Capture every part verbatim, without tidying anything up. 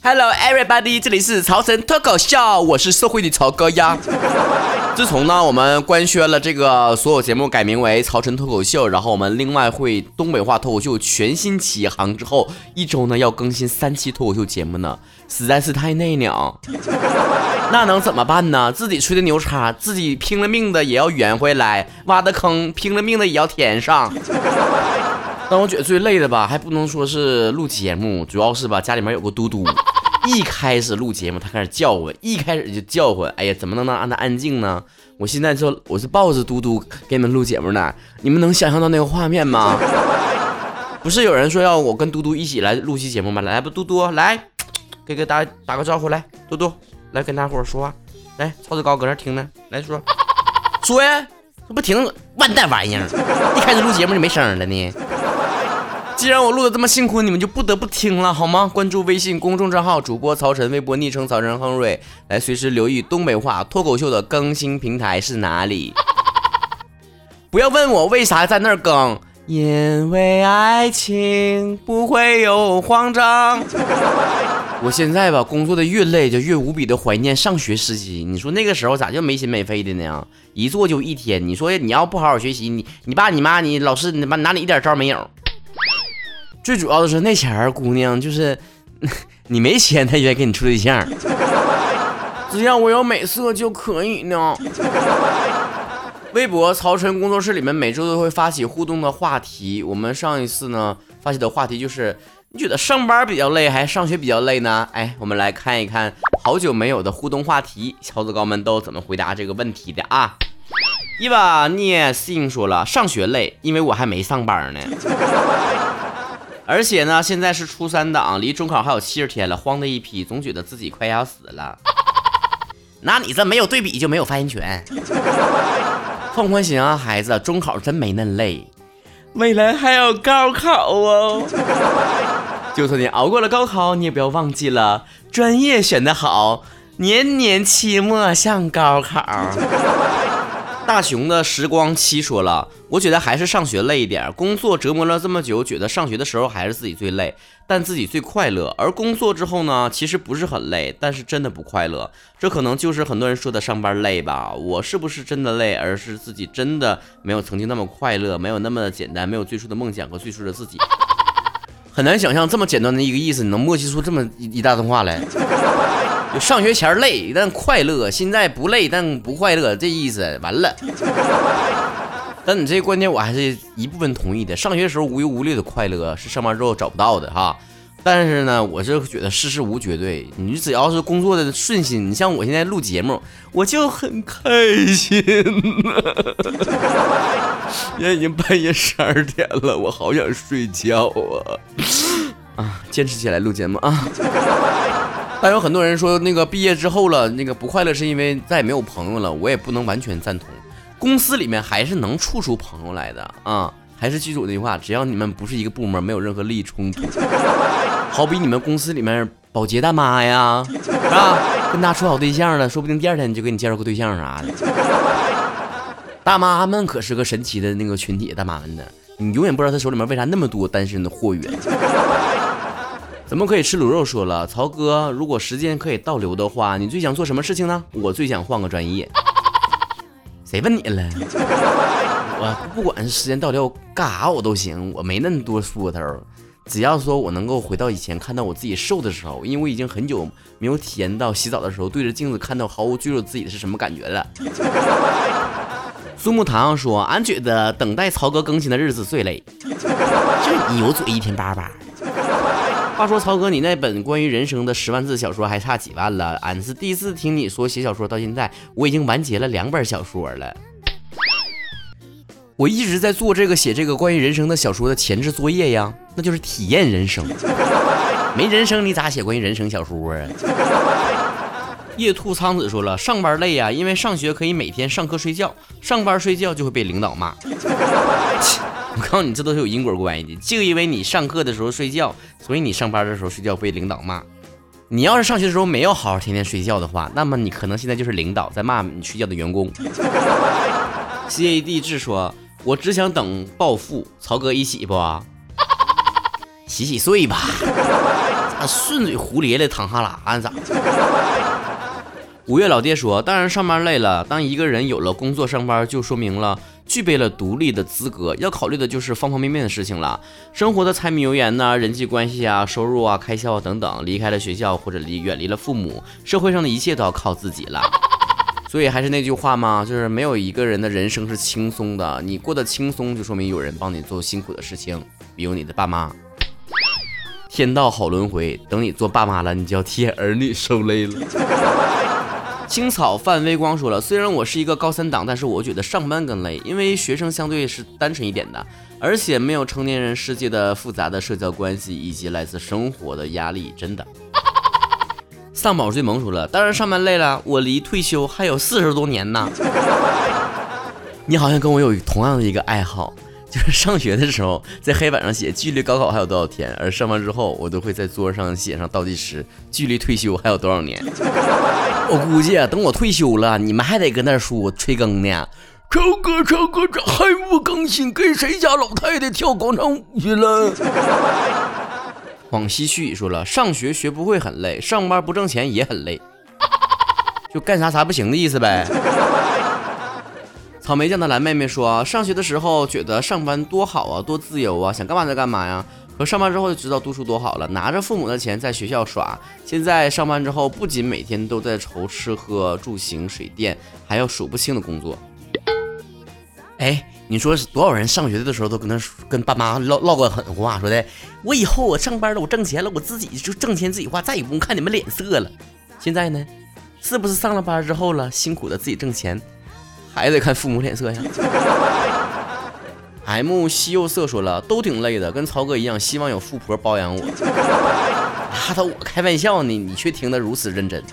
Hello everybody， 这里是曹晨脱口秀，我是社会的曹哥呀。自从呢我们官宣了这个所有节目改名为曹晨脱口秀，然后我们另外会东北话脱口秀全新起航之后，一周呢要更新三期脱口秀节目呢，实在是太内鸟。那能怎么办呢？自己吹的牛叉，自己拼了命的也要圆回来，挖的坑拼了命的也要填上。但我觉得最累的吧，还不能说是录节目，主要是吧家里面有个嘟嘟，一开始录节目他开始叫唤，一开始就叫唤，哎呀，怎么能让他安静呢？我现在就我是抱着嘟嘟给你们录节目呢，你们能想象到那个画面吗？不是有人说要我跟嘟嘟一起来录期节目吗？来不，嘟嘟来，给给大家打个招呼来，嘟嘟来跟大伙说话，来，曹子高搁那听呢，来说说呀，这不听完蛋玩意儿，一开始录节目就没声了呢。既然我录的这么辛苦，你们就不得不听了好吗？关注微信公众账号主播曹晨，微博昵称曹晨亨瑞，来随时留意东北话脱口秀的更新平台是哪里。不要问我为啥在那儿更，因为爱情不会有慌张。我现在吧工作的越累就越无比的怀念上学时期，你说那个时候咋就没心没肺的呢？一做就一天，你说你要不好好学习，你你爸你妈你老师你拿你一点招没有。最主要的是那前儿姑娘就是你没钱她愿意给你处对象，只要我有美色就可以呢。微博曹晨工作室里面每周都会发起互动的话题，我们上一次呢发起的话题就是你觉得上班比较累还是上学比较累呢？哎，我们来看一看好久没有的互动话题，曹子高们都怎么回答这个问题的啊。伊娃聂信说了，上学累，因为我还没上班呢。而且呢现在是初三档，离中考还有七十天了，慌的一批，总觉得自己快要死了。那你这没有对比就没有发言权。放宽心啊孩子，中考真没那累，未来还有高考哦。就算你熬过了高考，你也不要忘记了专业选得好，年年期末像高考。大熊的时光七说了，我觉得还是上学累一点，工作折磨了这么久，觉得上学的时候还是自己最累，但自己最快乐，而工作之后呢其实不是很累，但是真的不快乐，这可能就是很多人说的上班累吧。我是不是真的累，而是自己真的没有曾经那么快乐，没有那么的简单，没有最初的梦想和最初的自己。很难想象这么简单的一个意思，你能默契出这么一大段话来。上学前累但快乐，现在不累但不快乐，这意思完了。但你这个观点我还是一部分同意的，上学的时候无忧无虑的快乐是上班之后找不到的哈。但是呢我是觉得世事无绝对，你只要是工作的顺心，你像我现在录节目我就很开心。现在已经半夜十二点了，我好想睡觉啊啊！坚持起来录节目啊！但有很多人说那个毕业之后了，那个不快乐是因为再也没有朋友了，我也不能完全赞同。公司里面还是能处出朋友来的啊！还是记住我那句话，只要你们不是一个部门，没有任何利益冲突。好比你们公司里面保洁大妈呀，是吧？跟他处好对象了，说不定第二天就给你介绍个对象啥的。大妈们可是个神奇的那个群体，大妈们的，你永远不知道他手里面为啥那么多单身的货源。怎么可以吃卤肉说了，曹哥，如果时间可以倒流的话，你最想做什么事情呢？我最想换个专业。谁问你了？我不管是时间倒流干啥我都行，我没那么多说头，只要说我能够回到以前看到我自己瘦的时候，因为我已经很久没有体验到洗澡的时候对着镜子看到毫无赘肉自己的是什么感觉了。苏木堂说，俺觉得等待曹哥更新的日子最累，就你有嘴一天叭叭。话说曹哥，你那本关于人生的十万字小说还差几万了？俺是第一次听你说写小说，到现在我已经完结了两本小说了。我一直在做这个写这个关于人生的小说的前置作业呀，那就是体验人生。没人生你咋写关于人生小说啊？夜兔苍子说了，上班累呀，因为上学可以每天上课睡觉，上班睡觉就会被领导骂。我告诉你，这都是有因果关系的，就因为你上课的时候睡觉，所以你上班的时候睡觉被领导骂。你要是上学的时候没有好好天天睡觉的话，那么你可能现在就是领导在骂你睡觉的员工。C A D 志说，我只想等暴富，曹哥一起不？洗洗睡吧， 咋顺嘴胡咧咧淌哈喇子？五月老爹说，当然上班累了，当一个人有了工作上班，就说明了具备了独立的资格，要考虑的就是方方面面的事情了，生活的柴米油盐呐、人际关系啊、收入啊、开销啊等等，离开了学校或者离远离了父母，社会上的一切都要靠自己了。所以还是那句话嘛，就是没有一个人的人生是轻松的，你过得轻松就说明有人帮你做辛苦的事情，比如你的爸妈。天道好轮回，等你做爸妈了，你就要替儿女受累了。青草泛微光说了，虽然我是一个高三党，但是我觉得上班更累，因为学生相对是单纯一点的，而且没有成年人世界的复杂的社交关系以及来自生活的压力，真的。丧宝最萌说了，当然上班累了，我离退休还有四十多年呢。你好像跟我有同样的一个爱好，就是上学的时候在黑板上写距离高考还有多少天，而上班之后我都会在桌上写上倒计时，距离退休还有多少年。我估计啊，等我退休了，你们还得跟那说催更呢。超哥超哥这还不更新，给谁家老太太跳广场舞去了？广西旭说了，上学学不会很累，上班不挣钱也很累，就干啥啥不行的意思呗。草莓酱的蓝妹妹说，上学的时候觉得上班多好啊，多自由啊，想干嘛就干嘛呀。可上班之后就知道读书多好了，拿着父母的钱在学校耍。现在上班之后，不仅每天都在愁吃喝住行水电，还有数不清的工作。哎，你说是多少人上学的时候都跟他跟爸妈唠唠过狠话，说的我以后我上班了，我挣钱了，我自己就挣钱自己花，再也不用看你们脸色了。现在呢，是不是上了班之后了，辛苦的自己挣钱，还得看父母脸色呀？M 西柚色说了，都挺累的，跟曹哥一样，希望有富婆包养我。拉倒，我开玩笑呢，你却听得如此认真。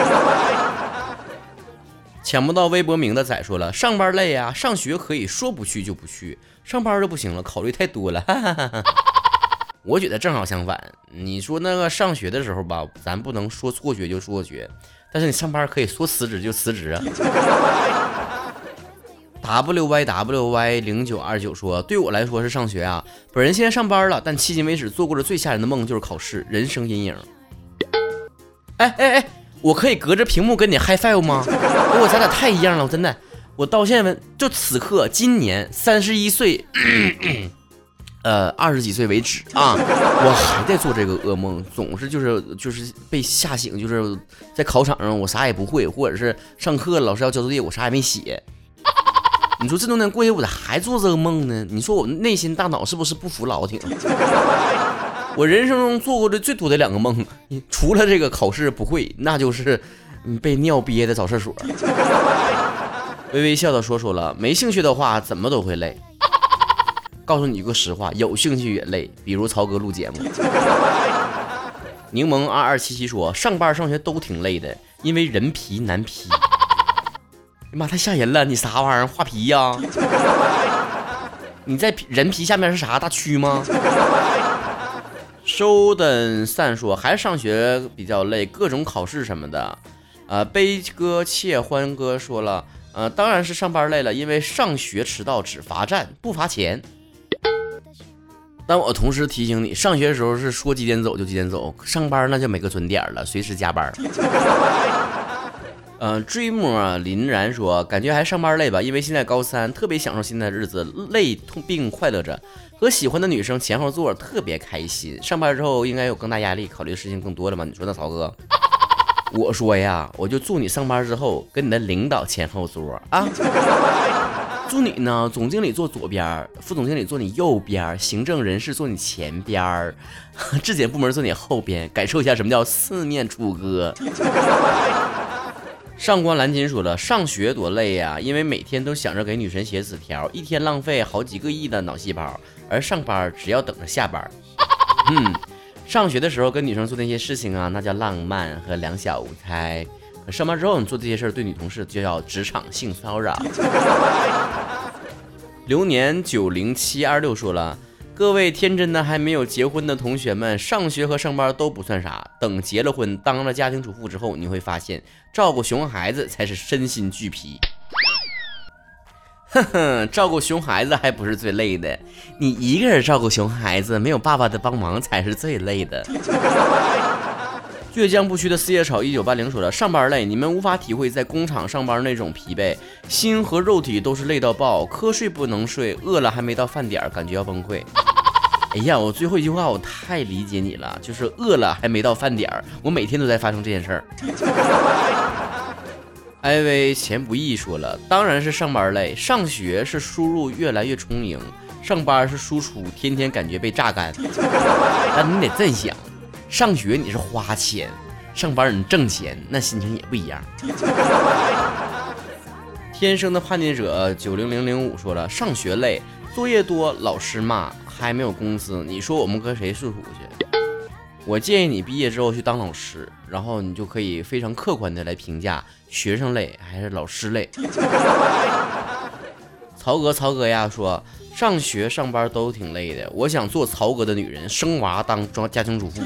抢不到微博名的仔说了，上班累啊，上学可以说不去就不去，上班就不行了，考虑太多了。哈哈哈哈。我觉得正好相反，你说那个上学的时候吧，咱不能说辍学就辍学，但是你上班可以说辞职就辞职啊。W Y W Y 零九二九说，对我来说是上学啊，本人现在上班了，但迄今为止做过的最吓人的梦就是考试，人生阴影。哎哎哎，我可以隔着屏幕跟你 high five 吗？我咱俩太一样了，真的，我到现在就此刻今年三十一岁，咳咳呃二十几岁为止啊，我还在做这个噩梦，总是就是就是被吓醒，就是在考场上我啥也不会，或者是上课老师要交作业我啥也没写。你说这多年过去，我咋还做这个梦呢？你说我内心大脑是不是不服老挺？我人生中做过的最多的两个梦，除了这个考试不会，那就是被尿憋的找厕所。微微笑的说说了，没兴趣的话怎么都会累。告诉你一个实话，有兴趣也累，比如曹哥录节目。柠檬二二七七说，上班上学都挺累的，因为人皮难劈。妈太吓人了，你啥玩意儿画皮呀、啊？你在人皮下面是啥大蛆吗？收等散说，还是上学比较累，各种考试什么的。呃，悲哥切欢哥说了，呃，当然是上班累了，因为上学迟到只罚站不罚钱。但我同时提醒你，上学的时候是说几点走就几点走，上班那就没个准点了，随时加班。呃 ，Dreamer 林然说，感觉还上班累吧，因为现在高三，特别享受现在的日子，累痛并快乐着，和喜欢的女生前后座，特别开心。上班之后应该有更大压力，考虑的事情更多了吗？你说呢，曹哥？我说呀，我就祝你上班之后跟你的领导前后座啊，祝你呢，总经理坐左边，副总经理坐你右边，行政人事坐你前边，质检部门坐你后边，感受一下什么叫四面楚歌。上官蓝金说了，上学多累呀、啊，因为每天都想着给女神写纸条，一天浪费好几个亿的脑细胞，而上班只要等着下班。嗯，上学的时候跟女生做那些事情啊，那叫浪漫和两小无猜。可上班之后你做这些事儿，对女同事就叫职场性骚扰。流年九零七二六说了，各位天真的还没有结婚的同学们，上学和上班都不算啥，等结了婚当了家庭主妇之后，你会发现照顾熊孩子才是身心俱疲。 哼哼，照顾熊孩子还不是最累的，你一个人照顾熊孩子，没有爸爸的帮忙才是最累的。倔强不屈的四叶草一九八零说了，上班累，你们无法体会在工厂上班那种疲惫，心和肉体都是累到爆，瞌睡不能睡，饿了还没到饭点感觉要崩溃。哎呀，我最后一句话我太理解你了，就是饿了还没到饭点我每天都在发生这件事儿。艾薇钱不易说了，当然是上班累，上学是输入越来越充盈，上班是输出天天感觉被榨干。但你得这么想，上学你是花钱，上班你挣钱，那心情也不一样。天生的叛逆者九零零零五说了，上学累，作业多，老师骂，还没有工资，你说我们跟谁诉苦去？我建议你毕业之后去当老师，然后你就可以非常客观的来评价学生累还是老师累。曹哥曹哥呀说，上学上班都挺累的，我想做曹哥的女人，生娃当家庭主妇。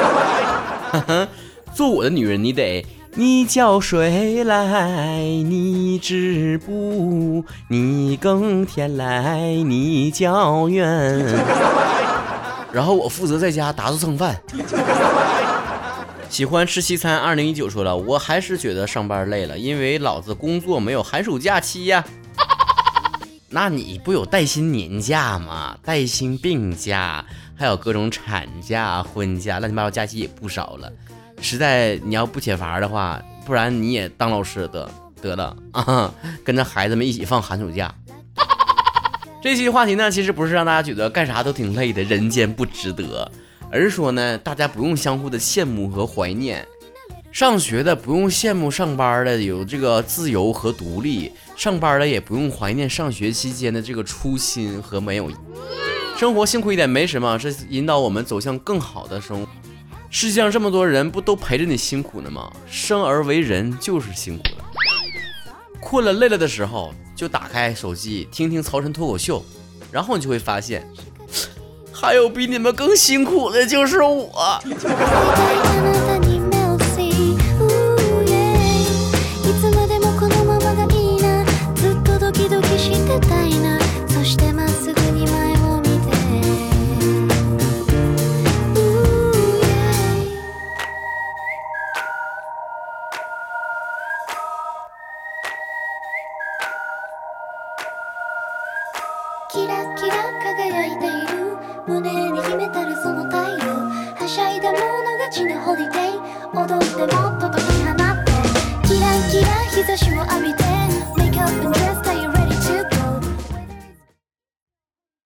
做我的女人你得你叫水来你织布，你耕田来你浇园，然后我负责在家打扫蹭饭。喜欢吃西餐二零一九说了，我还是觉得上班累了，因为老子工作没有寒暑假期呀。那你不有带薪年假吗？带薪病假，还有各种产假婚假，乱七八糟假期也不少了。实在你要不解乏的话，不然你也当老师得得了啊，跟着孩子们一起放寒暑假。这期话题呢，其实不是让大家觉得干啥都挺累的，人间不值得，而是说呢，大家不用相互的羡慕和怀念。上学的不用羡慕上班的有这个自由和独立，上班的也不用怀念上学期间的这个初心和没有。生活辛苦一点没什么，是引导我们走向更好的生活。世界上这么多人不都陪着你辛苦呢吗？生而为人就是辛苦的。困了累了的时候，就打开手机听听曹晨脱口秀，然后你就会发现，还有比你们更辛苦的就是我。 キラキラ輝いている胸に秘めたるその太陽はしゃいだ者勝ちのホリデー踊ってもっと解き放ってキラキラ日差しを浴びて Make up and dress